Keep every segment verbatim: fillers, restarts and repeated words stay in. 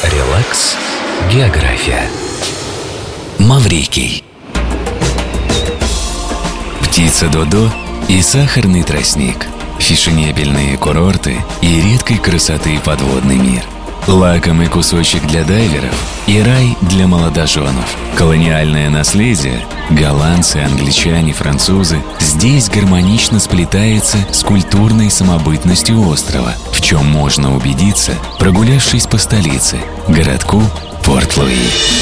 Релакс. География. Маврикий. Птица Додо и сахарный тростник. Фешенебельные курорты и редкой красоты подводный мир. Лакомый кусочек для дайверов и рай для молодоженов. Колониальное наследие, голландцы, англичане, французы, здесь гармонично сплетается с культурной самобытностью острова, в чем можно убедиться, прогулявшись по столице, городку Порт-Луи.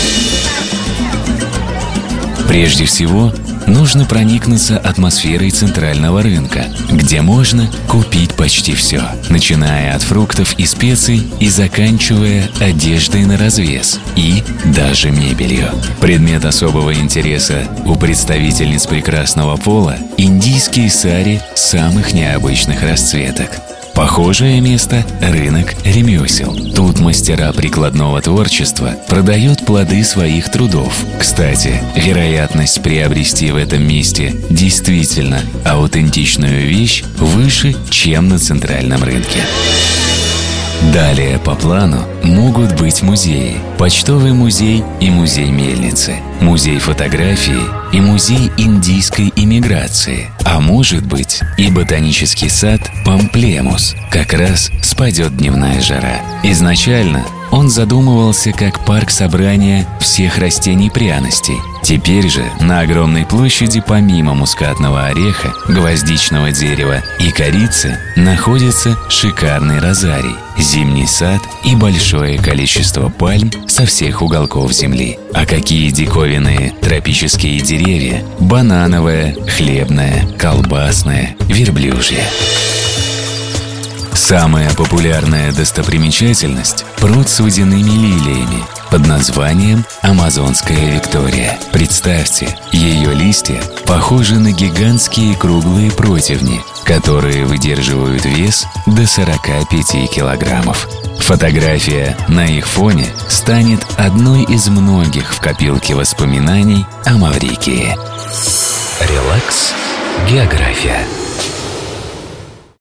Прежде всего, нужно проникнуться атмосферой центрального рынка, где можно купить почти все, начиная от фруктов и специй и заканчивая одеждой на развес и даже мебелью. Предмет особого интереса у представительниц прекрасного пола – индийские сари самых необычных расцветок. Похожее место – рынок ремесел. Тут мастера прикладного творчества продают плоды своих трудов. Кстати, вероятность приобрести в этом месте действительно аутентичную вещь выше, чем на центральном рынке. Далее по плану могут быть музеи. Почтовый музей и музей мельницы, музей фотографии и музей индийской иммиграции. А может быть и ботанический сад Памплемус. Как раз спадет дневная жара. Изначально он задумывался как парк собрания всех растений пряностей. Теперь же на огромной площади помимо мускатного ореха, гвоздичного дерева и корицы находится шикарный розарий, зимний сад и большое количество пальм со всех уголков земли. А какие диковинные тропические деревья! Банановое, хлебное, колбасное, верблюжье. Самая популярная достопримечательность – пруд с водяными лилиями под названием Амазонская Виктория. Представьте, ее листья похожи на гигантские круглые противни, которые выдерживают вес до сорока пяти килограммов. Фотография на их фоне станет одной из многих в копилке воспоминаний о Маврикии. Релакс. География.